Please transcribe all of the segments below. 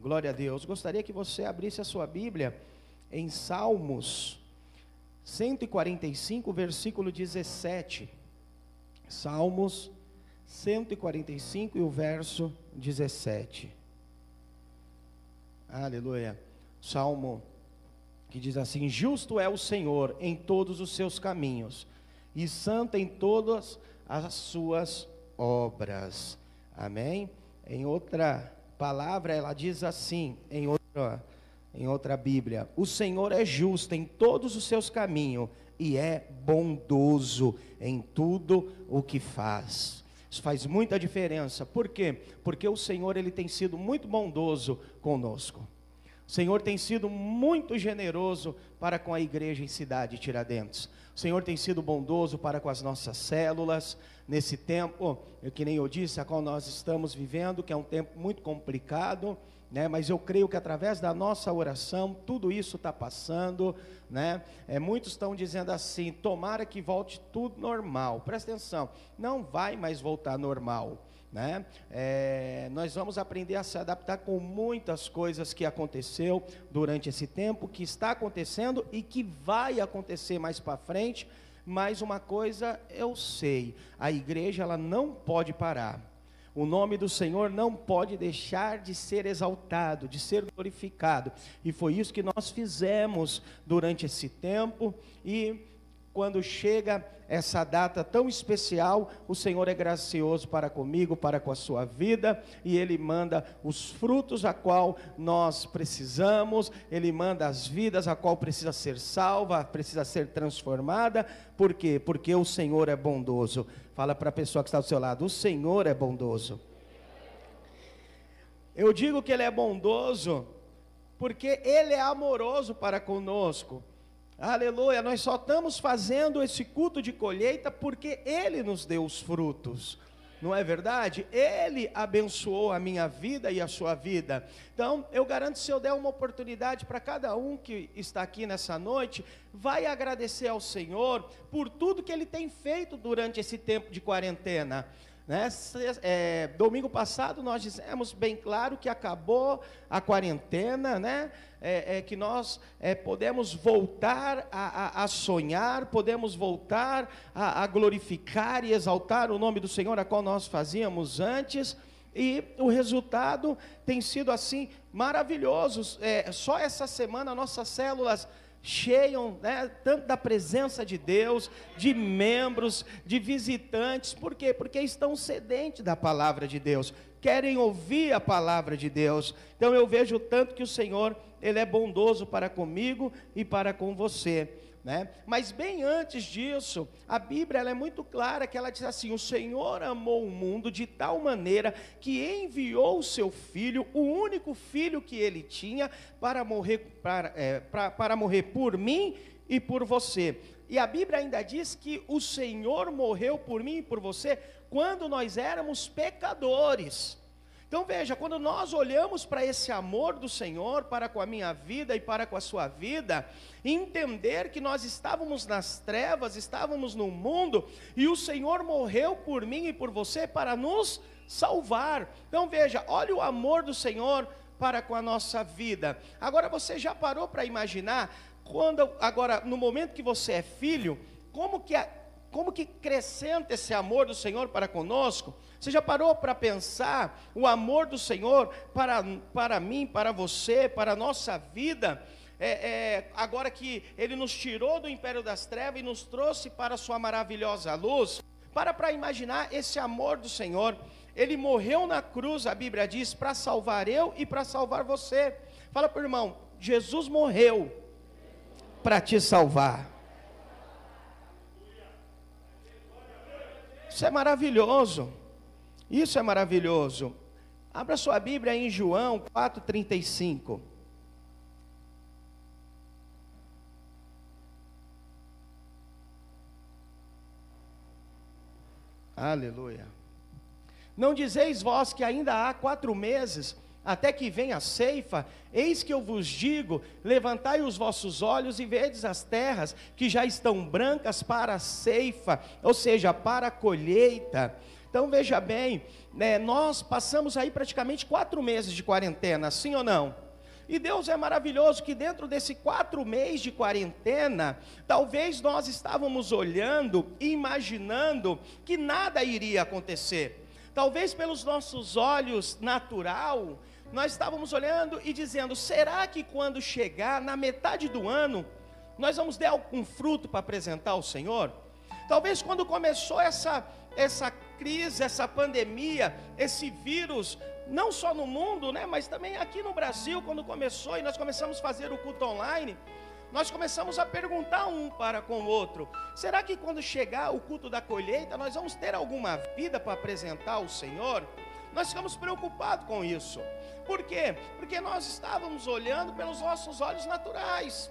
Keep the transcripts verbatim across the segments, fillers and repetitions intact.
Glória a Deus. Gostaria que você abrisse a sua Bíblia em Salmos cento e quarenta e cinco, versículo dezessete. Salmos cento e quarenta e cinco e o verso dezessete. Aleluia. Salmo que diz assim: justo é o Senhor em todos os seus caminhos, e santo em todas as suas obras. Amém? Em outra palavra, ela diz assim, em outra, em outra Bíblia: o Senhor é justo em todos os seus caminhos, e é bondoso em tudo o que faz. Isso faz muita diferença. Por quê? Porque o Senhor, Ele tem sido muito bondoso conosco. O Senhor tem sido muito generoso para com a igreja em Cidade Tiradentes. O Senhor tem sido bondoso para com as nossas células, nesse tempo, que nem eu disse, a qual nós estamos vivendo, que é um tempo muito complicado, né? Mas eu creio que através da nossa oração, tudo isso está passando, né? É, muitos estão dizendo assim: tomara que volte tudo normal. Presta atenção, não vai mais voltar normal, né? É, nós vamos aprender a se adaptar com muitas coisas que aconteceu durante esse tempo, que está acontecendo e que vai acontecer mais para frente. Mas uma coisa eu sei: a igreja, ela não pode parar. O nome do Senhor não pode deixar de ser exaltado, de ser glorificado. E foi isso que nós fizemos durante esse tempo. E quando chega essa data tão especial, o Senhor é gracioso para comigo, para com a sua vida, e Ele manda os frutos a qual nós precisamos, Ele manda as vidas a qual precisa ser salva, precisa ser transformada. Por quê? Porque o Senhor é bondoso. Fala para a pessoa que está do seu lado: o Senhor é bondoso. Eu digo que Ele é bondoso porque Ele é amoroso para conosco. Aleluia. Nós só estamos fazendo esse culto de colheita porque Ele nos deu os frutos, não é verdade? Ele abençoou a minha vida e a sua vida. Então eu garanto, se eu der uma oportunidade para cada um que está aqui nessa noite, vai agradecer ao Senhor por tudo que Ele tem feito durante esse tempo de quarentena, né? É, domingo passado nós dissemos bem claro que acabou a quarentena, né? É, é, que nós é, podemos voltar a, a, a sonhar, podemos voltar a, a glorificar e exaltar o nome do Senhor, a qual nós fazíamos antes. E o resultado tem sido assim maravilhoso. É, só essa semana nossas células cheiam, né, tanto da presença de Deus, de membros, de visitantes. Por quê? Porque estão sedentes da palavra de Deus, querem ouvir a palavra de Deus. Então eu vejo tanto que o Senhor, Ele é bondoso para comigo e para com você, né? Mas bem antes disso, a Bíblia, ela é muito clara, que ela diz assim: o Senhor amou o mundo de tal maneira que enviou o seu Filho, o único Filho que Ele tinha, para morrer, para, é, para, para morrer por mim e por você. E a Bíblia ainda diz que o Senhor morreu por mim e por você quando nós éramos pecadores. Então veja, quando nós olhamos para esse amor do Senhor para com a minha vida e para com a sua vida, entender que nós estávamos nas trevas, estávamos no mundo, e o Senhor morreu por mim e por você para nos salvar. Então veja, olha o amor do Senhor para com a nossa vida. Agora você já parou para imaginar, quando, agora no momento que você é filho, como que a Como que crescenta esse amor do Senhor para conosco? Você já parou para pensar o amor do Senhor para, para mim, para você, para a nossa vida? É, é, agora que Ele nos tirou do império das trevas e nos trouxe para a sua maravilhosa luz, para para imaginar esse amor do Senhor. Ele morreu na cruz, a Bíblia diz, para salvar eu e para salvar você. Fala para o irmão: Jesus morreu para te salvar. Isso é maravilhoso, isso é maravilhoso. Abra sua Bíblia em João quatro, trinta e cinco. Aleluia. Não dizeis vós que ainda há quatro meses, até que venha a ceifa? Eis que eu vos digo: levantai os vossos olhos e vedes as terras, que já estão brancas para a ceifa, ou seja, para a colheita. Então veja bem, né, nós passamos aí praticamente quatro meses de quarentena, sim ou não? E Deus é maravilhoso que dentro desse quatro meses de quarentena, talvez nós estávamos olhando e imaginando que nada iria acontecer. Talvez pelos nossos olhos natural, nós estávamos olhando e dizendo, será que quando chegar na metade do ano, nós vamos ter algum fruto para apresentar ao Senhor? Talvez quando começou essa, essa crise, essa pandemia, esse vírus, não só no mundo, né, mas também aqui no Brasil, quando começou e nós começamos a fazer o culto online, nós começamos a perguntar um para com o outro, será que quando chegar o culto da colheita, nós vamos ter alguma vida para apresentar ao Senhor? Nós ficamos preocupados com isso. Por quê? Porque nós estávamos olhando pelos nossos olhos naturais,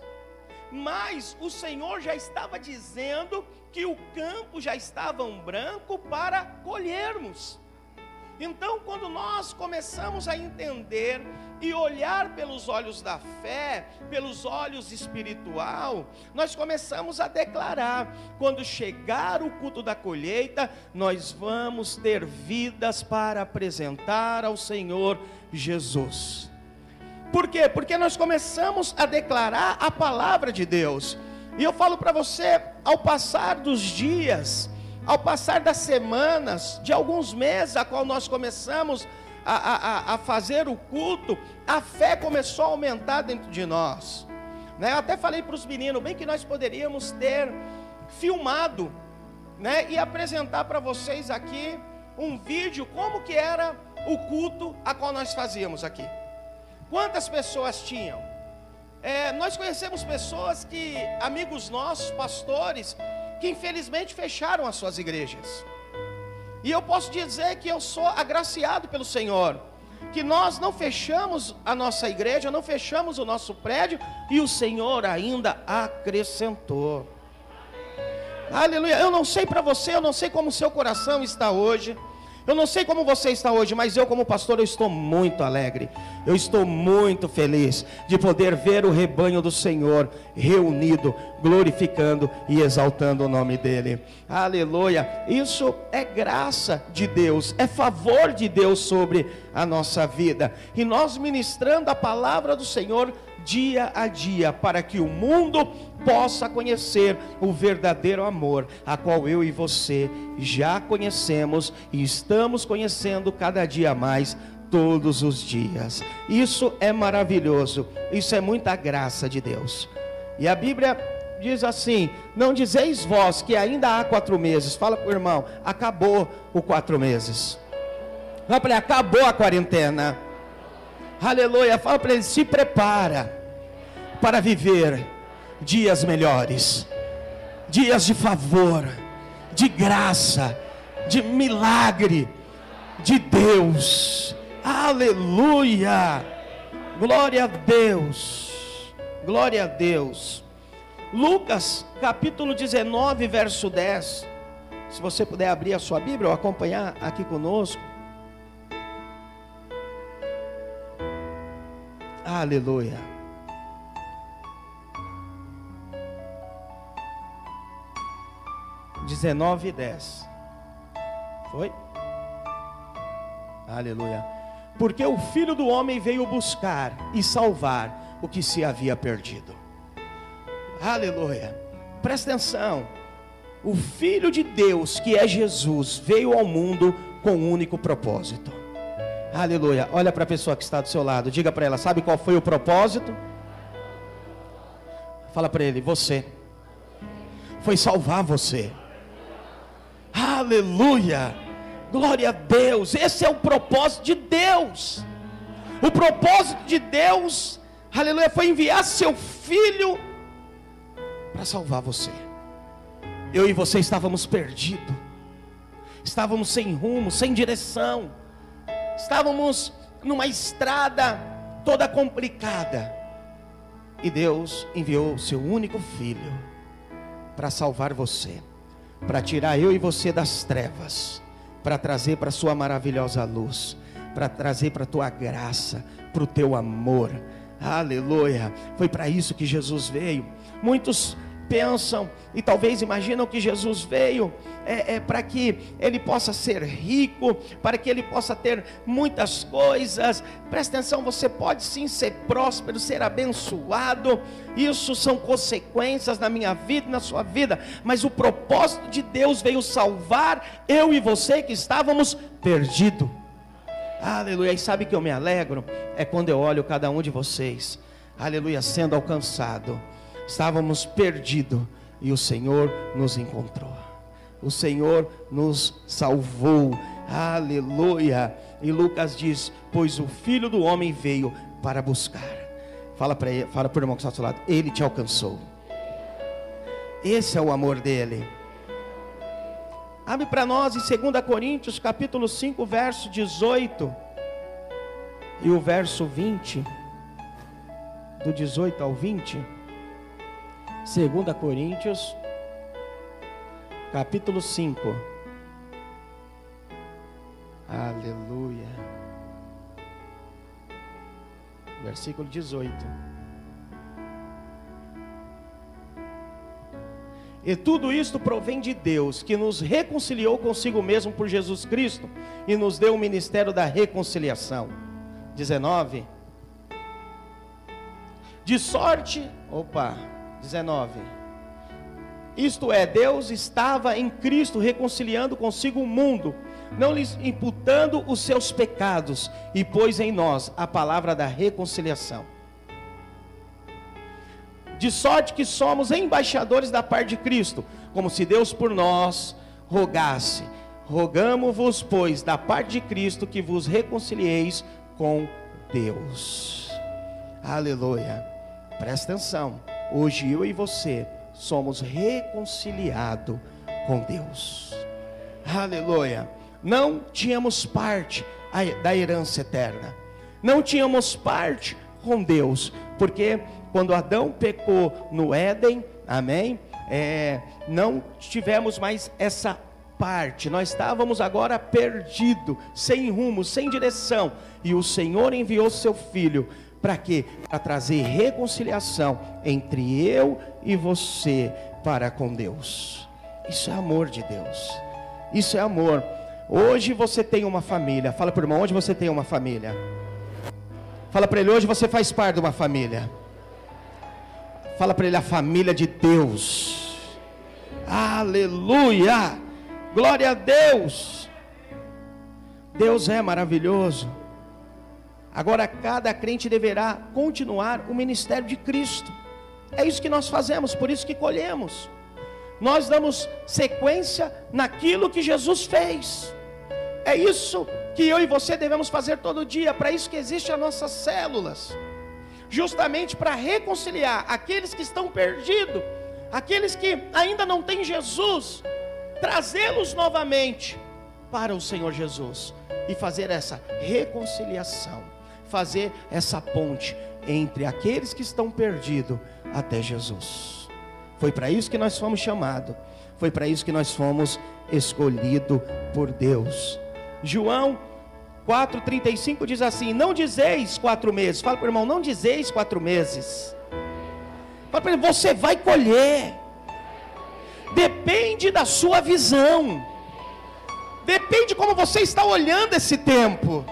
mas o Senhor já estava dizendo que o campo já estava um branco para colhermos. Então, quando nós começamos a entender e olhar pelos olhos da fé, pelos olhos espiritual, nós começamos a declarar, quando chegar o culto da colheita, nós vamos ter vidas para apresentar ao Senhor Jesus. Por quê? Porque nós começamos a declarar a palavra de Deus. E eu falo para você, ao passar dos dias, ao passar das semanas, de alguns meses a qual nós começamos a, a, a fazer o culto, a fé começou a aumentar dentro de nós, né? Eu até falei para os meninos, bem que nós poderíamos ter filmado, né? E apresentar para vocês aqui um vídeo, como que era o culto a qual nós fazíamos aqui. Quantas pessoas tinham? É, nós conhecemos pessoas que, amigos nossos, pastores, que infelizmente fecharam as suas igrejas. E eu posso dizer que eu sou agraciado pelo Senhor, que nós não fechamos a nossa igreja, não fechamos o nosso prédio, e o Senhor ainda acrescentou. Aleluia. Eu não sei para você, eu não sei como o seu coração está hoje, eu não sei como você está hoje, mas eu como pastor, eu estou muito alegre, eu estou muito feliz de poder ver o rebanho do Senhor reunido, glorificando e exaltando o nome dEle. Aleluia. Isso é graça de Deus, é favor de Deus sobre a nossa vida, e nós ministrando a palavra do Senhor dia a dia, para que o mundo possa conhecer o verdadeiro amor, a qual eu e você já conhecemos e estamos conhecendo cada dia mais, todos os dias. Isso é maravilhoso, isso é muita graça de Deus. E a Bíblia diz assim: não dizeis vós que ainda há quatro meses. Fala para o irmão, acabou o quatro meses. Fala para ele, acabou a quarentena. Aleluia. Fala para ele, se prepara para viver dias melhores, dias de favor, de graça, de milagre de Deus. Aleluia. Glória a Deus. Glória a Deus. Lucas capítulo dezenove, verso dez. Se você puder abrir a sua Bíblia ou acompanhar aqui conosco. Aleluia. dezenove, dez. Foi? Aleluia. Porque o Filho do Homem veio buscar e salvar o que se havia perdido. Aleluia. Presta atenção. O Filho de Deus, que é Jesus, veio ao mundo com um único propósito. Aleluia. Olha para a pessoa que está do seu lado, diga para ela, sabe qual foi o propósito? Fala para ele, você. Foi salvar você. Aleluia. Glória a Deus. Esse é o propósito de Deus. O propósito de Deus, aleluia, foi enviar seu Filho para salvar você. Eu e você estávamos perdidos, estávamos sem rumo, sem direção, estávamos numa estrada toda complicada, e Deus enviou o seu único Filho para salvar você, para tirar eu e você das trevas, para trazer para a sua maravilhosa luz, para trazer para a tua graça, para o teu amor. Aleluia. Foi para isso que Jesus veio. Muitos pensam e talvez imaginam que Jesus veio é, é, para que ele possa ser rico, para que ele possa ter muitas coisas. Presta atenção, você pode sim ser próspero, ser abençoado, isso são consequências na minha vida e na sua vida, mas o propósito de Deus veio salvar eu e você que estávamos perdidos. Aleluia. E sabe que eu me alegro? É quando eu olho cada um de vocês, aleluia, sendo alcançado. Estávamos perdidos e o Senhor nos encontrou, o Senhor nos salvou, aleluia. E Lucas diz: pois o Filho do Homem veio para buscar. Fala para ele, fala para o irmão que está ao seu lado: ele te alcançou. Esse é o amor dele. Abre para nós em dois Coríntios capítulo cinco, verso dezoito e o verso vinte, do dezoito ao vinte. dois Coríntios capítulo cinco, aleluia, versículo dezoito. E tudo isto provém de Deus, que nos reconciliou consigo mesmo por Jesus Cristo e nos deu o ministério da reconciliação. dezenove. De sorte, opa, dezenove. Isto é, Deus estava em Cristo reconciliando consigo o mundo, não lhes imputando os seus pecados, e pôs em nós a palavra da reconciliação. De sorte que somos embaixadores da parte de Cristo, como se Deus por nós rogasse. Rogamo-vos, pois, da parte de Cristo, que vos reconcilieis com Deus. Aleluia. Presta atenção. Hoje eu e você somos reconciliados com Deus. Aleluia. Não tínhamos parte da herança eterna. Não tínhamos parte com Deus, porque quando Adão pecou no Éden, amém, é, não tivemos mais essa parte. Nós estávamos agora perdidos, sem rumo, sem direção, e o Senhor enviou seu Filho, para quê? Para trazer reconciliação entre eu e você para com Deus. Isso é amor de Deus, isso é amor. Hoje você tem uma família. Fala para o irmão: hoje você tem uma família. Fala para ele: hoje você faz parte de uma família. Fala para ele: a família de Deus. Aleluia, glória a Deus. Deus é maravilhoso. Agora cada crente deverá continuar o ministério de Cristo. É isso que nós fazemos, por isso que colhemos. Nós damos sequência naquilo que Jesus fez. É isso que eu e você devemos fazer todo dia. Para isso que existem as nossas células, justamente para reconciliar aqueles que estão perdidos, aqueles que ainda não têm Jesus, trazê-los novamente para o Senhor Jesus e fazer essa reconciliação, fazer essa ponte entre aqueles que estão perdidos até Jesus. Foi para isso que nós fomos chamados, foi para isso que nós fomos escolhidos por Deus. João quatro, trinta e cinco diz assim: não dizeis quatro meses. Fala para o irmão: não dizeis quatro meses. Fala para ele: você vai colher. Depende da sua visão, depende de como você está olhando esse tempo.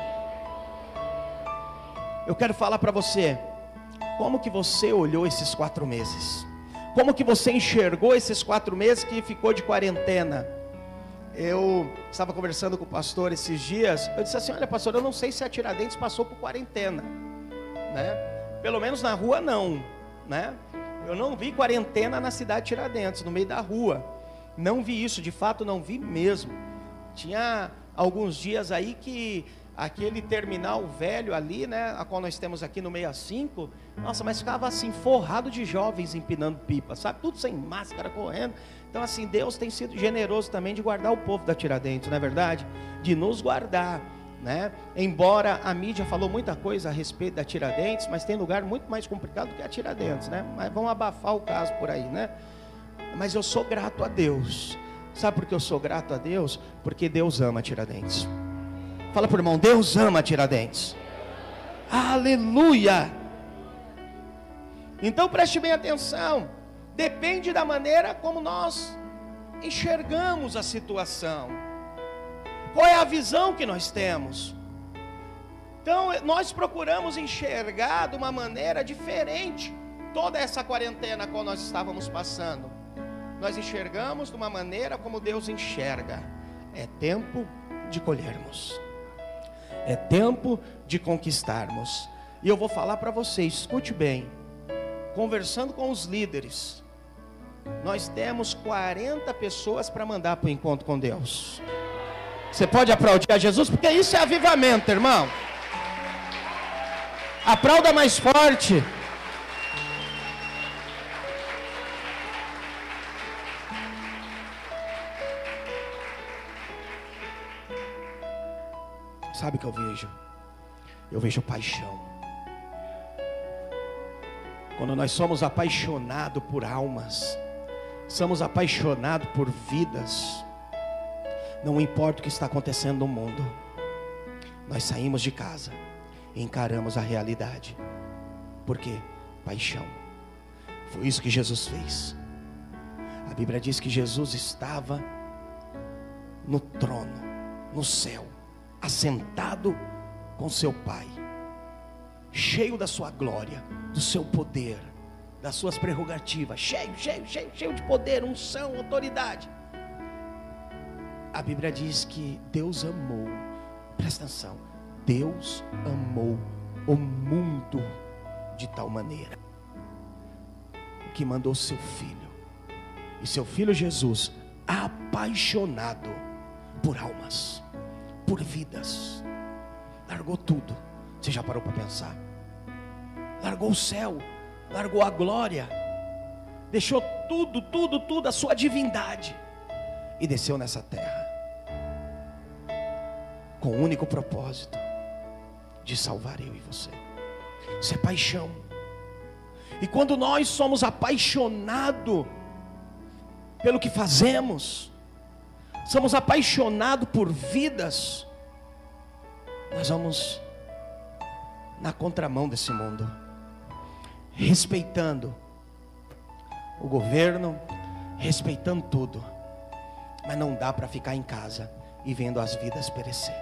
Eu quero falar para você, como que você olhou esses quatro meses? Como que você enxergou esses quatro meses que ficou de quarentena? Eu estava conversando com o pastor esses dias. Eu disse assim: olha, pastor, eu não sei se a Tiradentes passou por quarentena, né? Pelo menos na rua não, né? Eu não vi quarentena na cidade de Tiradentes, no meio da rua. Não vi isso, de fato não vi mesmo. Tinha alguns dias aí que aquele terminal velho ali, né, a qual nós temos aqui no sessenta e cinco, nossa, mas ficava assim forrado de jovens empinando pipa, sabe? Tudo sem máscara, correndo. Então assim, Deus tem sido generoso também de guardar o povo da Tiradentes, não é verdade? De nos guardar, né? Embora a mídia falou muita coisa a respeito da Tiradentes, mas tem lugar muito mais complicado do que a Tiradentes, né? Mas vamos abafar o caso por aí, né? Mas eu sou grato a Deus. Sabe por que eu sou grato a Deus? Porque Deus ama a Tiradentes. Fala para o irmão: Deus ama a Tiradentes. Aleluia. Então preste bem atenção. depende da maneira como nós enxergamos a situação. Qual é a visão que nós temos? Então, nós procuramos enxergar de uma maneira diferente toda essa quarentena a qual nós estávamos passando. Nós enxergamos de uma maneira como Deus enxerga. É tempo de colhermos. É tempo de conquistarmos. E eu vou falar para você, escute bem. Conversando com os líderes, nós temos quarenta pessoas para mandar para o encontro com Deus. Você pode aplaudir a Jesus, porque isso é avivamento, irmão. Aplauda mais forte. Sabe o que eu vejo? Eu vejo paixão. Quando nós somos apaixonados por almas, somos apaixonados por vidas, não importa o que está acontecendo no mundo, nós saímos de casa e encaramos a realidade. Por quê? Paixão. Foi isso que Jesus fez. A Bíblia diz que Jesus estava no trono, no céu, assentado com seu Pai, cheio da sua glória, do seu poder, das suas prerrogativas, cheio, cheio, cheio, cheio de poder, unção, autoridade. A Bíblia diz que Deus amou, presta atenção, Deus amou o mundo de tal maneira que mandou seu Filho, e seu Filho Jesus, apaixonado por almas, por vidas, largou tudo. Você já parou para pensar? Largou o céu, largou a glória, deixou tudo, tudo, tudo, a sua divindade, e desceu nessa terra, com o único propósito de salvar eu e você. Isso é paixão. E quando nós somos apaixonados pelo que fazemos, somos apaixonados por vidas, nós vamos na contramão desse mundo, respeitando o governo, respeitando tudo, mas não dá para ficar em casa e vendo as vidas perecer.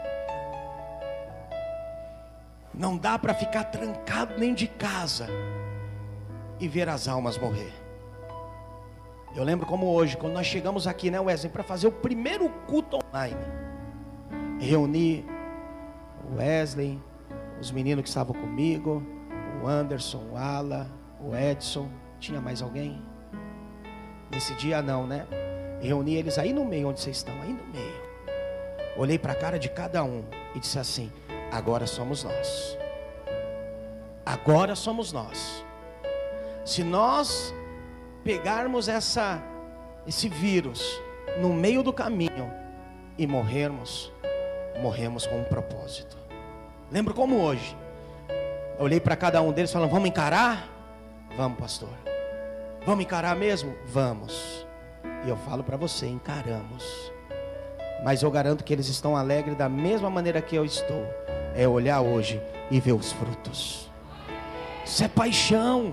Não dá para ficar trancado nem de casa e ver as almas morrer. Eu lembro como hoje, quando nós chegamos aqui, né, Wesley, para fazer o primeiro culto online, reuni o Wesley, os meninos que estavam comigo, o Anderson, o Ala, o Edson, tinha mais alguém? Nesse dia não, né? Reuni eles aí no meio, onde vocês estão, aí no meio. Olhei para a cara de cada um e disse assim: agora somos nós. Agora somos nós. Se nós pegarmos essa, esse vírus no meio do caminho e morrermos, morremos com um propósito. Lembro como hoje. Eu olhei para cada um deles falando: vamos encarar? Vamos, pastor. Vamos encarar mesmo? Vamos. E eu falo para você, encaramos. Mas eu garanto que eles estão alegres da mesma maneira que eu estou. É olhar hoje e ver os frutos. Isso é paixão.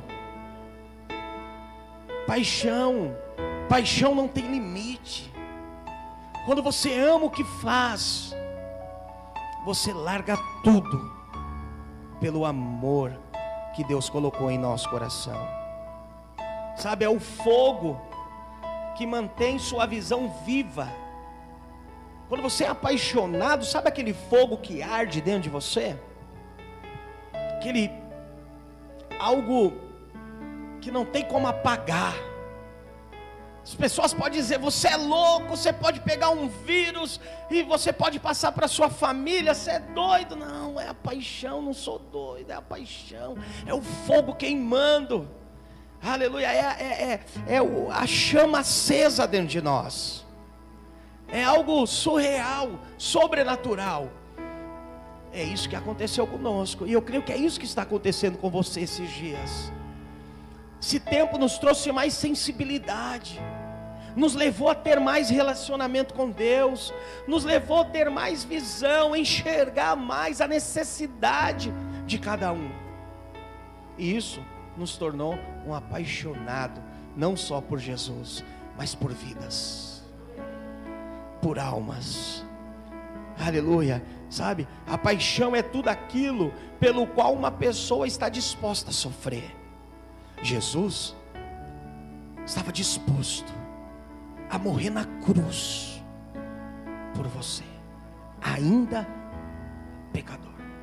Paixão. Paixão não tem limite. Quando você ama o que faz, você larga tudo pelo amor que Deus colocou em nosso coração. Sabe, é o fogo que mantém sua visão viva. Quando você é apaixonado, sabe aquele fogo que arde dentro de você? Aquele algo que não tem como apagar. As pessoas podem dizer: você é louco, você pode pegar um vírus e você pode passar para sua família, você é doido. Não, é a paixão, não sou doido, é a paixão, é o fogo queimando. Aleluia, é, é, é, é a chama acesa dentro de nós. É algo surreal, sobrenatural. É isso que aconteceu conosco, e eu creio que é isso que está acontecendo com você esses dias. Esse tempo nos trouxe mais sensibilidade, nos levou a ter mais relacionamento com Deus, nos levou a ter mais visão, enxergar mais a necessidade de cada um. E isso nos tornou um apaixonado não só por Jesus, mas por vidas, por almas. Aleluia. Sabe, a paixão é tudo aquilo pelo qual uma pessoa está disposta a sofrer. Jesus estava disposto a morrer na cruz por você, ainda pecador.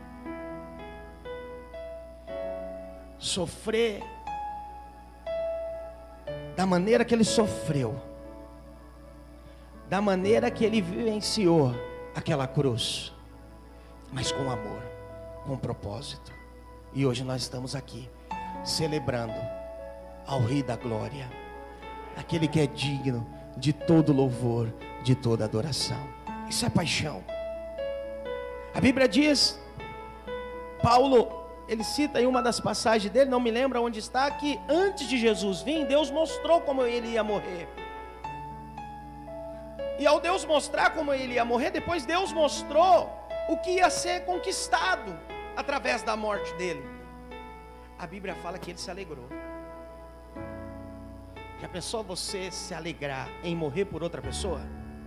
Sofrer da maneira que ele sofreu, da maneira que ele vivenciou aquela cruz, mas com amor, com propósito. E hoje nós estamos aqui celebrando ao Rei da Glória, aquele que é digno de todo louvor, de toda adoração. Isso é paixão. A Bíblia diz, Paulo, ele cita em uma das passagens dele, não me lembro onde está, que antes de Jesus vir, Deus mostrou como ele ia morrer. E ao Deus mostrar como ele ia morrer, depois Deus mostrou o que ia ser conquistado através da morte dele. A Bíblia fala que ele se alegrou. Já pensou você se alegrar em morrer por outra pessoa?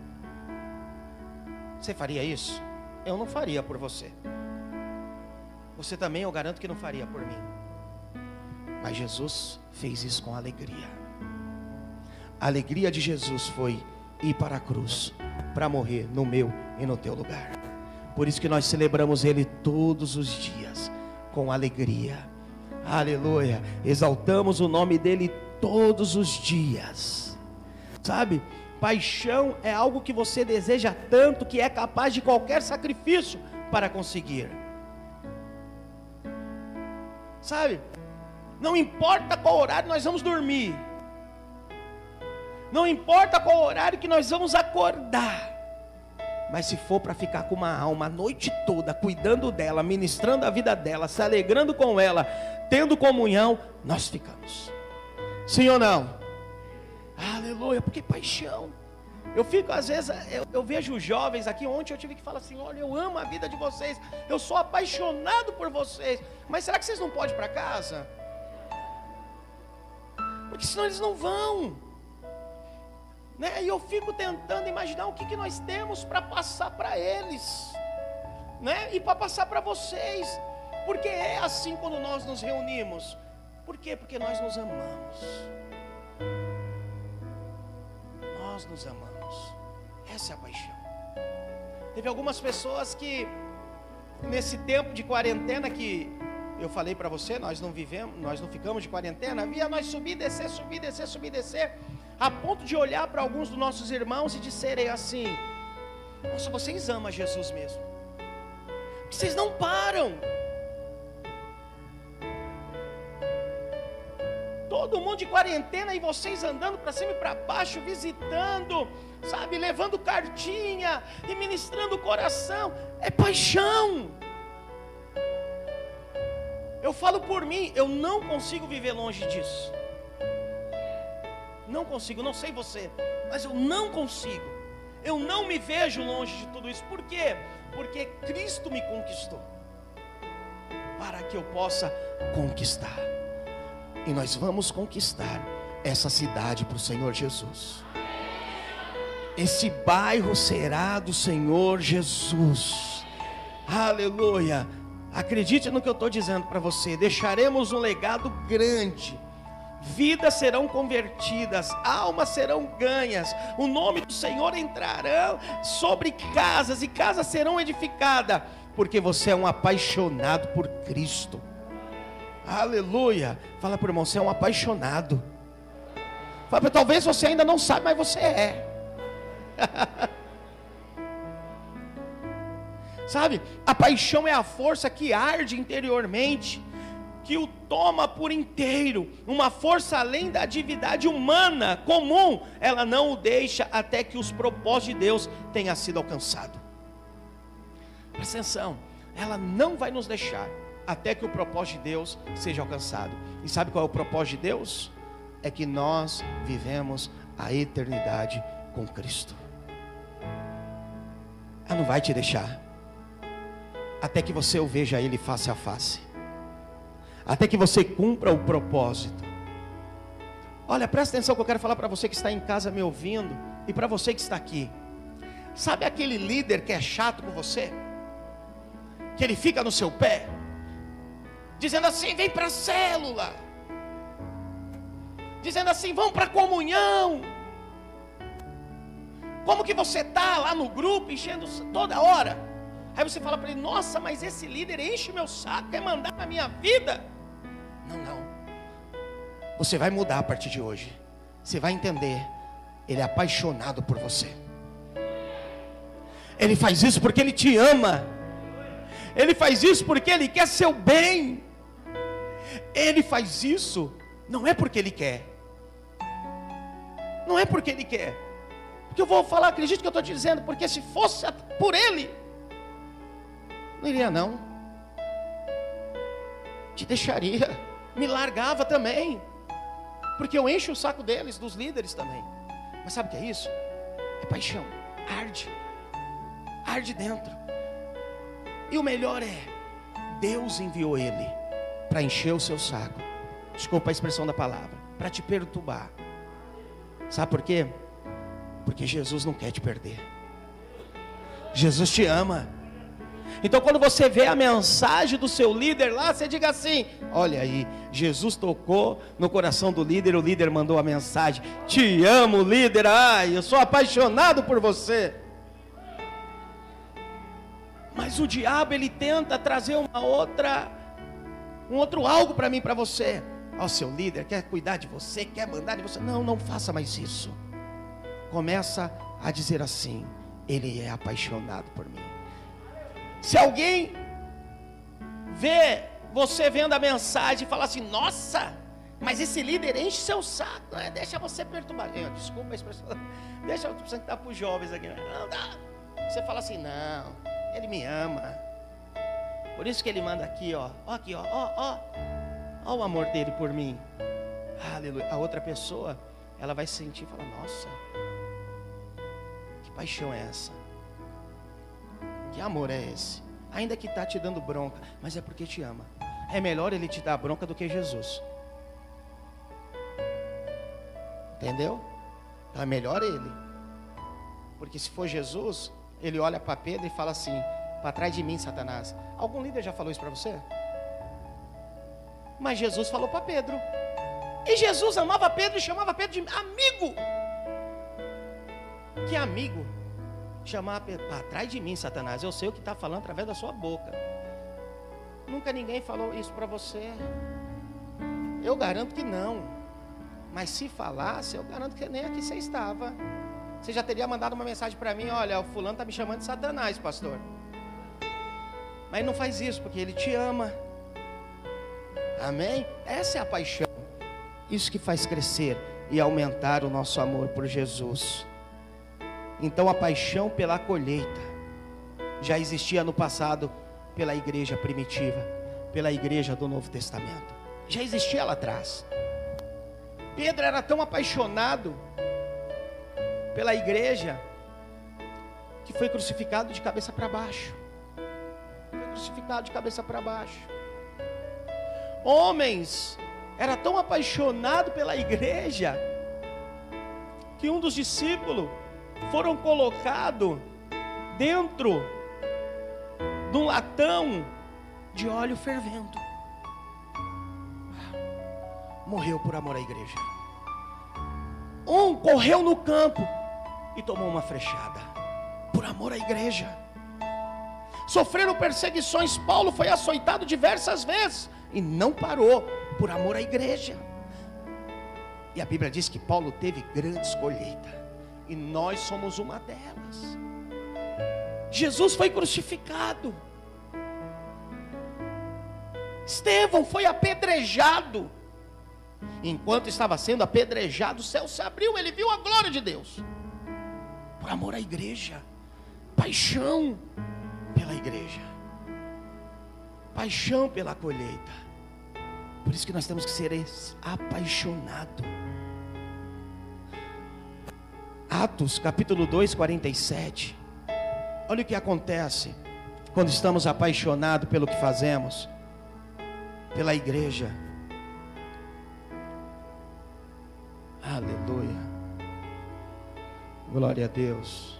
Você faria isso? Eu não faria por você. Você também, eu garanto que não faria por mim. Mas Jesus fez isso com alegria. A alegria de Jesus foi ir para a cruz, para morrer no meu e no teu lugar. Por isso que nós celebramos Ele todos os dias, com alegria. Aleluia. Exaltamos o nome dEle todos os dias. Sabe, paixão é algo que você deseja tanto, que é capaz de qualquer sacrifício para conseguir. Sabe, não importa qual horário nós vamos dormir, não importa qual horário que nós vamos acordar, mas se for para ficar com uma alma a noite toda, cuidando dela, ministrando a vida dela, se alegrando com ela, tendo comunhão, nós ficamos. Sim ou não? Aleluia, porque paixão. Eu fico às vezes, eu, eu vejo jovens aqui, ontem eu tive que falar assim, olha, eu amo a vida de vocês, eu sou apaixonado por vocês, mas será que vocês não podem ir para casa? Porque senão eles não vão, né? E eu fico tentando imaginar o que, que nós temos para passar para eles, né? E para passar para vocês, porque é assim quando nós nos reunimos. Por quê? Porque nós nos amamos. Nós nos amamos. Essa é a paixão. Teve algumas pessoas que nesse tempo de quarentena que eu falei para você, nós não vivemos, nós não ficamos de quarentena, via nós subir, descer, subir, descer, subir, descer, a ponto de olhar para alguns dos nossos irmãos e disserem assim: nossa, vocês amam Jesus mesmo, vocês não param. Todo mundo de quarentena e vocês andando para cima e para baixo, visitando, sabe, levando cartinha e ministrando o coração. É paixão. Eu falo por mim, eu não consigo viver longe disso. Não consigo, não sei você, mas eu não consigo. Eu não me vejo longe de tudo isso. Por quê? Porque Cristo me conquistou para que eu possa conquistar. E nós vamos conquistar essa cidade para o Senhor Jesus. Esse bairro será do Senhor Jesus. Aleluia. Acredite no que eu estou dizendo para você. Deixaremos um legado grande. Vidas serão convertidas, almas serão ganhas, o nome do Senhor entrará sobre casas, e casas serão edificadas, porque você é um apaixonado por Cristo. Aleluia. Fala para o irmão, você é um apaixonado. Fala, talvez você ainda não sabe, mas você é. Sabe, a paixão é a força que arde interiormente, que o toma por inteiro, uma força além da atividade humana comum. Ela não o deixa até que os propósitos de Deus tenham sido alcançados. Presta atenção, ela não vai nos deixar até que o propósito de Deus seja alcançado. E sabe qual é o propósito de Deus? É que nós vivemos a eternidade com Cristo. Ela não vai te deixar até que você o veja Ele face a face, até que você cumpra o propósito. Olha, presta atenção que eu quero falar para você que está em casa me ouvindo e para você que está aqui. Sabe aquele líder que é chato com você? Que ele fica no seu pé, dizendo assim: vem para a célula, dizendo assim: vamos para a comunhão. Como que você está lá no grupo, enchendo toda hora? Aí você fala para ele: nossa, mas esse líder enche meu saco, quer mandar na minha vida. Não, não. Você vai mudar a partir de hoje. Você vai entender, ele é apaixonado por você. Ele faz isso porque ele te ama. Ele faz isso porque ele quer seu bem. Ele faz isso não é porque ele quer. Não é porque ele quer. Porque eu vou falar, acredite que eu estou te dizendo, porque se fosse por ele, não iria não. Te deixaria, me largava também. Porque eu encho o saco deles, dos líderes também. Mas sabe o que é isso? É paixão, arde. Arde dentro. E o melhor é, Deus enviou ele para encher o seu saco. Desculpa a expressão da palavra, para te perturbar. Sabe por quê? Porque Jesus não quer te perder. Jesus te ama. Então quando você vê a mensagem do seu líder lá, você diga assim: olha aí, Jesus tocou no coração do líder, o líder mandou a mensagem: te amo, líder, ai, eu sou apaixonado por você. Mas o diabo, ele tenta trazer uma outra, um outro algo para mim, para você. Ó, oh, seu líder quer cuidar de você, quer mandar de você. Não, não faça mais isso. Começa a dizer assim: ele é apaixonado por mim. Se alguém vê você vendo a mensagem e fala assim: nossa, mas esse líder enche seu saco, né? Deixa você perturbar. Desculpa a expressão, deixa eu precisar estar para os jovens aqui. Não dá. Você fala assim: não, ele me ama. Por isso que ele manda aqui, ó. Ó aqui, ó, ó, ó. Ó o amor dele por mim. Aleluia. A outra pessoa, ela vai sentir e falar: nossa, que paixão é essa? Que amor é esse? Ainda que está te dando bronca, mas é porque te ama. É melhor ele te dar bronca do que Jesus. Entendeu? Então é melhor ele. Porque se for Jesus, ele olha para Pedro e fala assim: para trás de mim, Satanás. Algum líder já falou isso para você? Mas Jesus falou para Pedro. E Jesus amava Pedro e chamava Pedro de amigo. Que amigo? Chamar Pedro: para trás de mim, Satanás. Eu sei o que está falando através da sua boca. Nunca ninguém falou isso para você. Eu garanto que não. Mas se falasse, eu garanto que nem aqui você estava. Você já teria mandado uma mensagem para mim: olha, o fulano está me chamando de Satanás, pastor. Mas não faz isso, porque ele te ama. Amém? Essa é a paixão. Isso que faz crescer e aumentar o nosso amor por Jesus. Então a paixão pela colheita já existia no passado pela igreja primitiva, pela igreja do Novo Testamento. Já existia lá atrás. Pedro era tão apaixonado pela igreja que foi crucificado de cabeça para baixo. Foi crucificado de cabeça para baixo. Homens era tão apaixonado pela igreja que um dos discípulos foram colocados dentro de um latão de óleo fervendo. Morreu por amor à igreja. Um correu no campo e tomou uma flechada por amor à igreja. Sofreram perseguições. Paulo foi açoitado diversas vezes e não parou por amor à igreja. E a Bíblia diz que Paulo teve grandes colheitas, e nós somos uma delas. Jesus foi crucificado. Estevão foi apedrejado. Enquanto estava sendo apedrejado, o céu se abriu, ele viu a glória de Deus. Por amor à igreja. Paixão pela igreja. Paixão pela colheita. Por isso que nós temos que ser apaixonados. Atos capítulo dois, quarenta e sete. Olha o que acontece quando estamos apaixonados pelo que fazemos, pela igreja. Aleluia. Glória a Deus.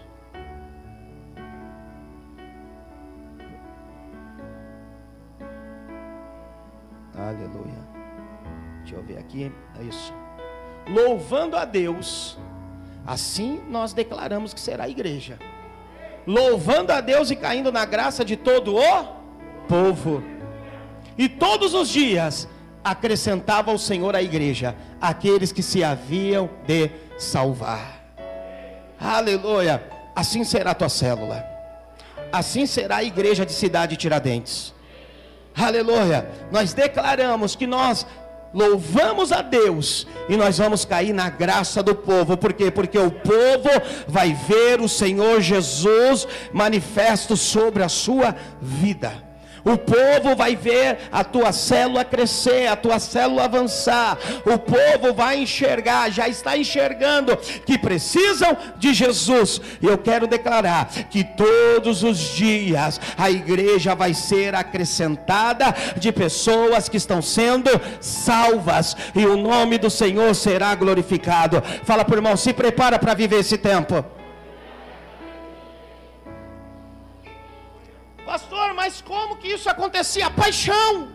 Aleluia. Deixa eu ver aqui. É isso. Louvando a Deus, assim nós declaramos que será a igreja. Louvando a Deus e caindo na graça de todo o povo. E todos os dias acrescentava o Senhor à igreja aqueles que se haviam de salvar. Aleluia. Assim será a tua célula. Assim será a igreja de Cidade Tiradentes. Aleluia. Nós declaramos que nós louvamos a Deus e nós vamos cair na graça do povo. Por quê? Porque o povo vai ver o Senhor Jesus manifesto sobre a sua vida. O povo vai ver a tua célula crescer, a tua célula avançar. O povo vai enxergar, já está enxergando que precisam de Jesus. E eu quero declarar que todos os dias a igreja vai ser acrescentada de pessoas que estão sendo salvas, e o nome do Senhor será glorificado. Fala por irmão, se prepara para viver esse tempo. Pastor, mas como que isso acontecia? Paixão.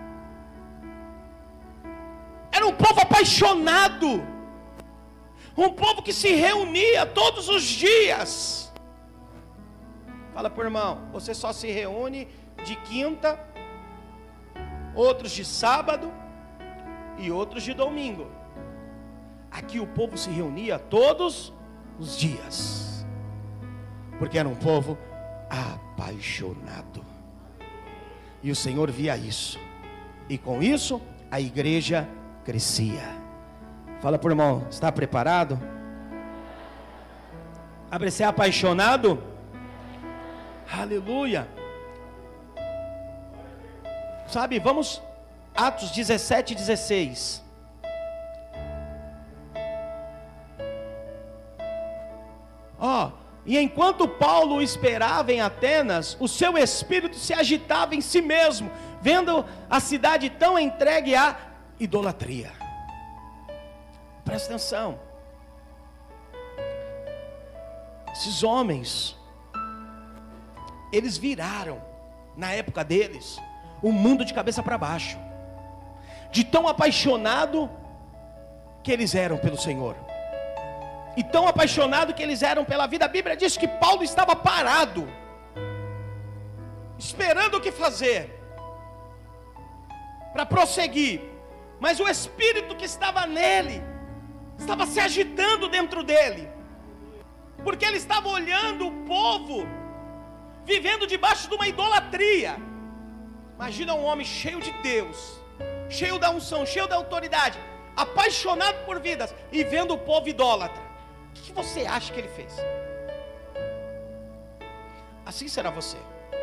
Era um povo apaixonado, um povo que se reunia todos os dias. Fala por irmão, você só se reúne de quinta, outros de sábado e outros de domingo. Aqui o povo se reunia todos os dias, porque era um povo apaixonado, e o Senhor via isso, e com isso a igreja crescia. Fala por irmão, está preparado? Abre, ser apaixonado? Aleluia. Sabe, vamos Atos dezessete, dezesseis. Ó, oh, e enquanto Paulo esperava em Atenas, o seu espírito se agitava em si mesmo, vendo a cidade tão entregue à idolatria. Presta atenção. Esses homens, eles viraram, na época deles, o mundo de cabeça para baixo, de tão apaixonado que eles eram pelo Senhor, e tão apaixonado que eles eram pela vida. A Bíblia diz que Paulo estava parado, esperando o que fazer, para prosseguir, mas o Espírito que estava nele, estava se agitando dentro dele, porque ele estava olhando o povo, vivendo debaixo de uma idolatria. Imagina um homem cheio de Deus, cheio da unção, cheio da autoridade, apaixonado por vidas, e vendo o povo idólatra. O que você acha que ele fez? Assim será você,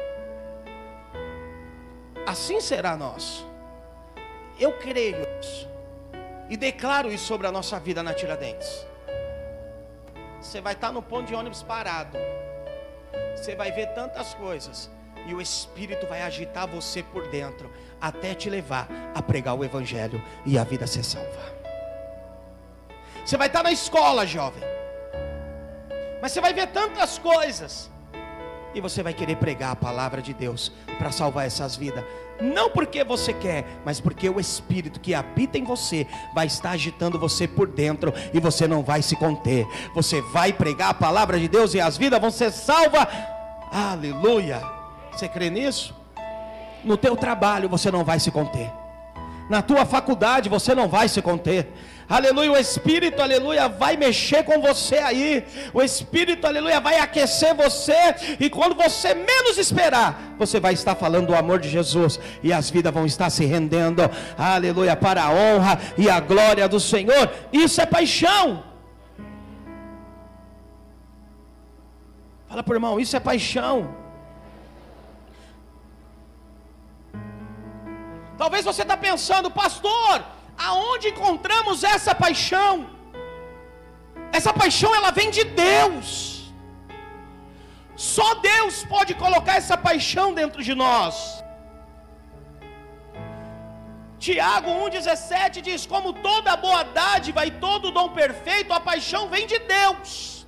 assim será nós. Eu creio isso e declaro isso sobre a nossa vida na Tiradentes. Você vai estar no ponto de ônibus parado, você vai ver tantas coisas, e o Espírito vai agitar você por dentro, até te levar a pregar o Evangelho e a vida ser salva. Você vai estar na escola, jovem, mas você vai ver tantas coisas, e você vai querer pregar a palavra de Deus para salvar essas vidas, não porque você quer, mas porque o Espírito que habita em você vai estar agitando você por dentro, e você não vai se conter. Você vai pregar a palavra de Deus e as vidas vão ser salvas. Aleluia. Você crê nisso? No teu trabalho você não vai se conter, na tua faculdade você não vai se conter. Aleluia, o Espírito, aleluia, vai mexer com você aí. O Espírito, aleluia, vai aquecer você, e quando você menos esperar, você vai estar falando do amor de Jesus, e as vidas vão estar se rendendo, aleluia, para a honra e a glória do Senhor. Isso é paixão. Fala por irmão, isso é paixão. Talvez você está pensando, pastor, aonde encontramos essa paixão? Essa paixão, ela vem de Deus. Só Deus pode colocar essa paixão dentro de nós. Tiago um dezessete diz: como toda boa dádiva e todo dom perfeito, a paixão vem de Deus.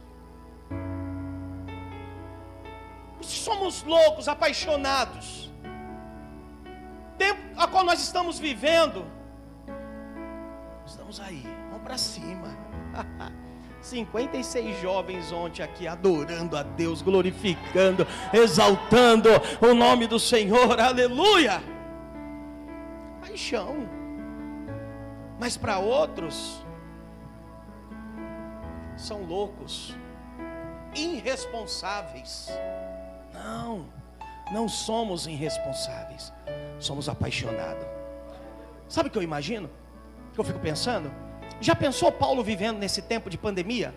Somos loucos, apaixonados. Tempo a qual nós estamos vivendo, estamos aí, vamos para cima. cinquenta e seis jovens ontem aqui adorando a Deus, glorificando, exaltando o nome do Senhor, aleluia. Paixão. Mas para outros são loucos, irresponsáveis. Não, não somos irresponsáveis, somos apaixonados. Sabe o que eu imagino? Que eu fico pensando? Já pensou Paulo vivendo nesse tempo de pandemia?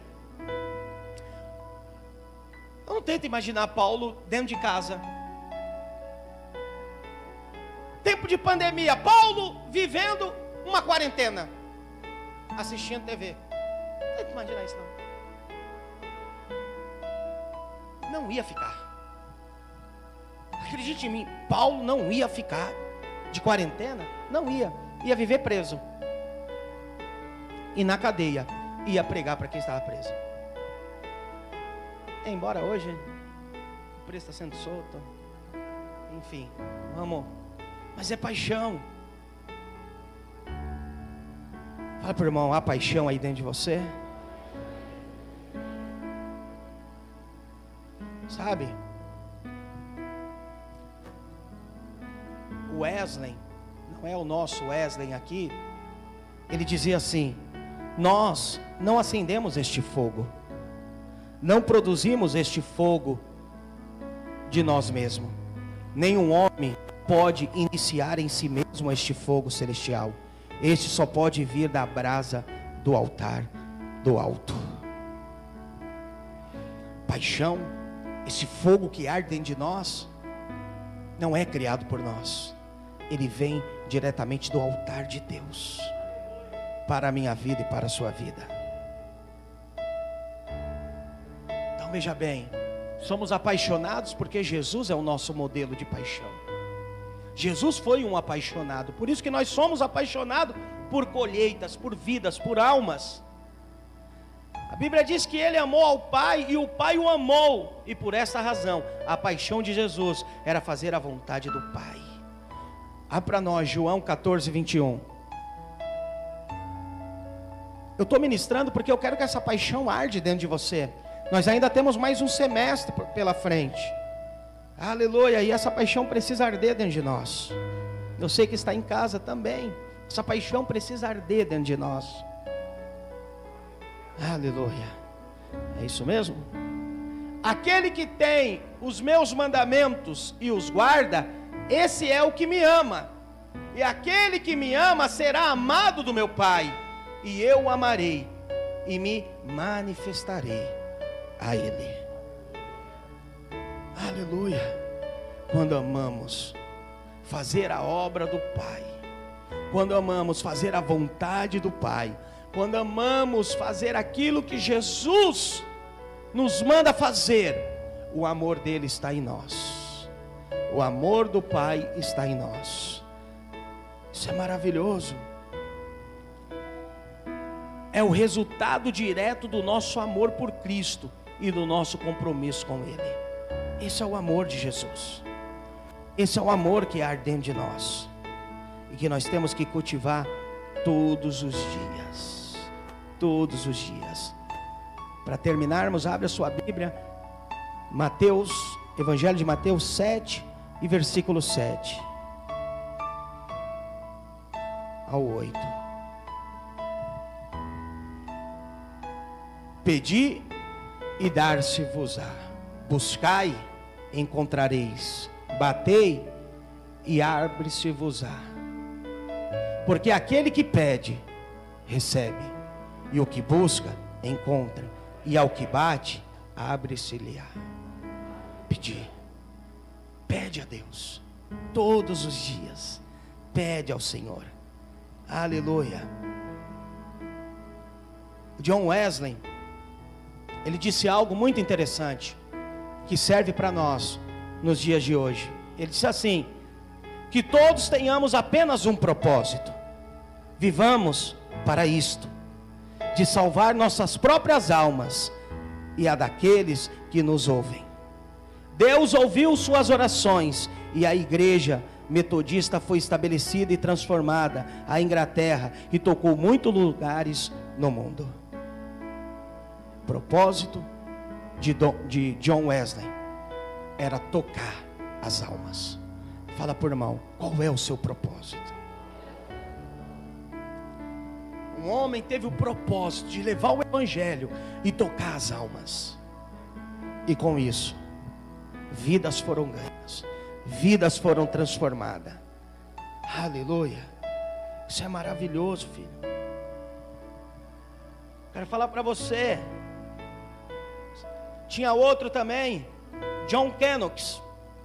Eu não tento imaginar Paulo dentro de casa. Tempo de pandemia, Paulo vivendo uma quarentena, assistindo T V. Não tento imaginar isso não. Não ia ficar. Acredite em mim, Paulo não ia ficar de quarentena. Não ia, ia viver preso. E na cadeia ia pregar para quem estava preso. Embora hoje o preso está sendo solto, enfim, vamos. Mas é paixão. Fala para o irmão, há paixão aí dentro de você? Sabe? O Wesley, não é o nosso Wesley aqui, ele dizia assim: nós não acendemos este fogo, não produzimos este fogo de nós mesmos. Nenhum homem pode iniciar em si mesmo este fogo celestial. Este só pode vir da brasa do altar do alto. Paixão, esse fogo que arde dentro de nós, não é criado por nós. Ele vem diretamente do altar de Deus, para a minha vida e para a sua vida. Então veja bem, somos apaixonados porque Jesus é o nosso modelo de paixão. Jesus foi um apaixonado, por isso que nós somos apaixonados por colheitas, por vidas, por almas. A Bíblia diz que ele amou ao Pai e o Pai o amou, e por essa razão a paixão de Jesus era fazer a vontade do Pai. Abra para nós João quatorze, vinte e um. Eu estou ministrando porque eu quero que essa paixão arde dentro de você. Nós ainda temos mais um semestre pela frente. Aleluia, e essa paixão precisa arder dentro de nós. Eu sei que está em casa também. Essa paixão precisa arder dentro de nós. Aleluia. É isso mesmo? Aquele que tem os meus mandamentos e os guarda, esse é o que me ama. E aquele que me ama será amado do meu Pai, e eu o amarei e me manifestarei a Ele. Aleluia. Quando amamos fazer a obra do Pai, quando amamos fazer a vontade do Pai, quando amamos fazer aquilo que Jesus nos manda fazer, o amor dele está em nós. O amor do Pai está em nós. Isso é maravilhoso. É o resultado direto do nosso amor por Cristo e do nosso compromisso com Ele. Esse é o amor de Jesus. Esse é o amor que arde dentro de nós e que nós temos que cultivar todos os dias. Todos os dias. Para terminarmos, abre a sua Bíblia, Mateus, Evangelho de Mateus sete e versículo sete ao oito. Pedi e dar-se-vos-á, buscai, encontrareis, batei e abre-se-vos-á. Porque aquele que pede, recebe, e o que busca, encontra, e ao que bate, abre-se-lhe-á. Pedir, pede a Deus, todos os dias, pede ao Senhor, aleluia. John Wesley, ele disse algo muito interessante, que serve para nós, nos dias de hoje. Ele disse assim: que todos tenhamos apenas um propósito. Vivamos para isto, de salvar nossas próprias almas e a daqueles que nos ouvem. Deus ouviu suas orações e a igreja metodista foi estabelecida e transformada à Inglaterra e tocou muitos lugares no mundo. Propósito de, Don, de John Wesley era tocar as almas. Fala por irmão, qual é o seu propósito? Um homem teve o propósito de levar o evangelho e tocar as almas, e com isso vidas foram ganhas, vidas foram transformadas. Aleluia. Isso é maravilhoso, filho. Quero falar para você. Tinha outro também, John Knox.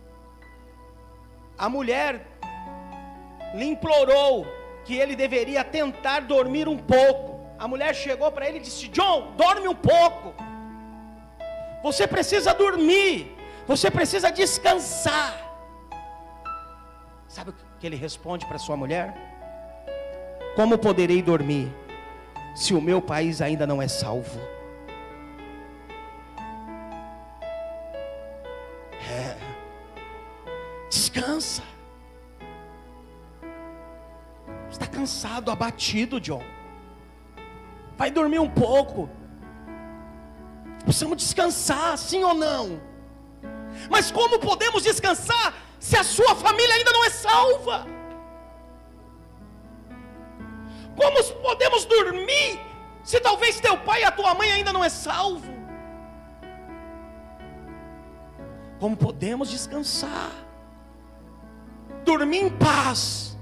A mulher lhe implorou que ele deveria tentar dormir um pouco. A mulher chegou para ele e disse: John, dorme um pouco. Você precisa dormir. Você precisa descansar. Sabe o que ele responde para sua mulher? Como poderei dormir se o meu país ainda não é salvo? É. Descansa. Está cansado, abatido, John. Vai dormir um pouco. Precisamos descansar, sim ou não? Mas como podemos descansar se a sua família ainda não é salva? Como podemos dormir se talvez teu pai e a tua mãe ainda não é salvo? Como podemos descansar, dormir em paz,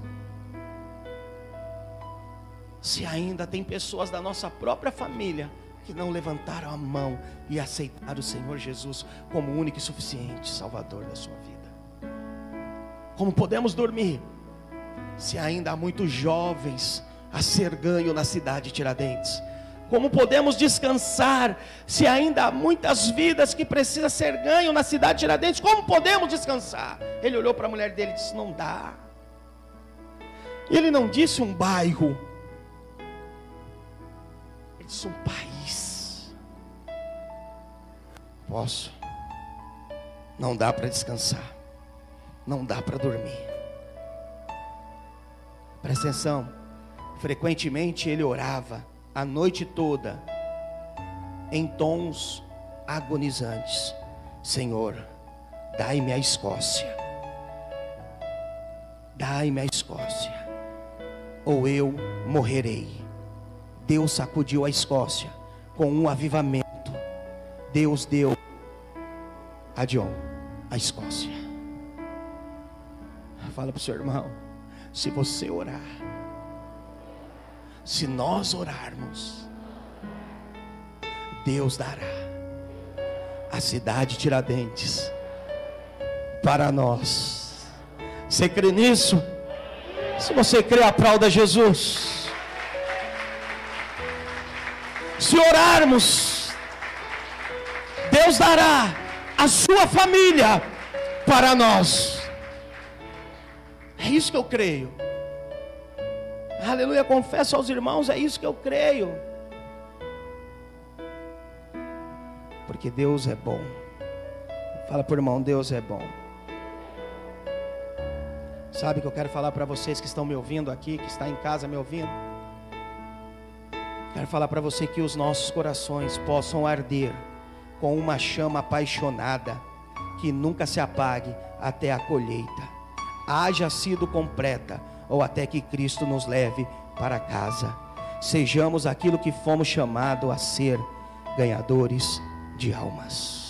se ainda tem pessoas da nossa própria família que não levantaram a mão e aceitaram o Senhor Jesus como o único e suficiente Salvador da sua vida? Como podemos dormir se ainda há muitos jovens a ser ganho na cidade de Tiradentes? Como podemos descansar se ainda há muitas vidas que precisam ser ganho na cidade de Tiradentes? Como podemos descansar? Ele olhou para a mulher dele e disse: não dá. Ele não disse um bairro, ele disse um país. Posso? Não dá para descansar, não dá para dormir. Presta atenção. Frequentemente ele orava a noite toda em tons agonizantes: Senhor, dai-me a Escócia, dai-me a Escócia, ou eu morrerei. Deus sacudiu a Escócia com um avivamento. Deus deu a John a Escócia. Fala para o seu irmão: se você orar, se nós orarmos, Deus dará a cidade de Tiradentes para nós. Você crê nisso? Se você crê, aplauda Jesus. Se orarmos, Deus dará a sua família para nós. É isso que eu creio. Aleluia, confesso aos irmãos, é isso que eu creio. Porque Deus é bom. Fala por irmão, Deus é bom. Sabe o que eu quero falar para vocês que estão me ouvindo aqui, que está em casa me ouvindo? Quero falar para você que os nossos corações possam arder com uma chama apaixonada, que nunca se apague até a colheita, haja sido completa, ou até que Cristo nos leve para casa. Sejamos aquilo que fomos chamados a ser, ganhadores de almas.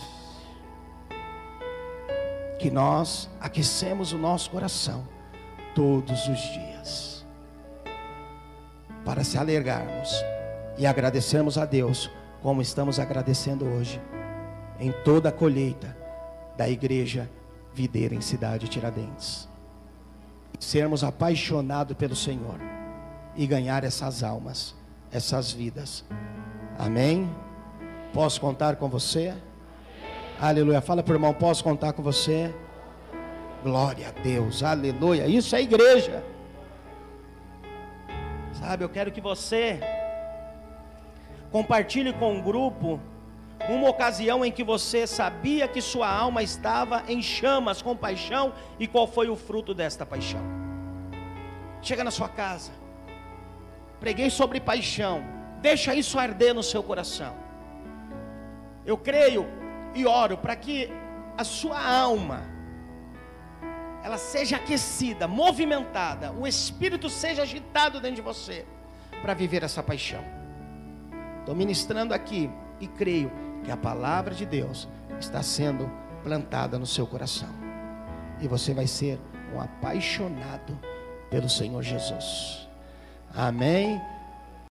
Que nós aquecemos o nosso coração todos os dias, para se alegrarmos e agradecermos a Deus, como estamos agradecendo hoje, em toda a colheita da igreja videira em cidade de Tiradentes. Sermos apaixonados pelo Senhor e ganhar essas almas, essas vidas. Amém? Posso contar com você? Aleluia. Fala para o irmão: posso contar com você? Glória a Deus, aleluia. Isso é igreja. Sabe, eu quero que você compartilhe com o grupo uma ocasião em que você sabia que sua alma estava em chamas com paixão e qual foi o fruto desta paixão. Chega na sua casa, preguei sobre paixão, deixa isso arder no seu coração. Eu creio e oro para que a sua alma, ela seja aquecida, movimentada, o Espírito seja agitado dentro de você, para viver essa paixão. Estou ministrando aqui e creio que a palavra de Deus está sendo plantada no seu coração, e você vai ser um apaixonado pelo Senhor Jesus. Amém.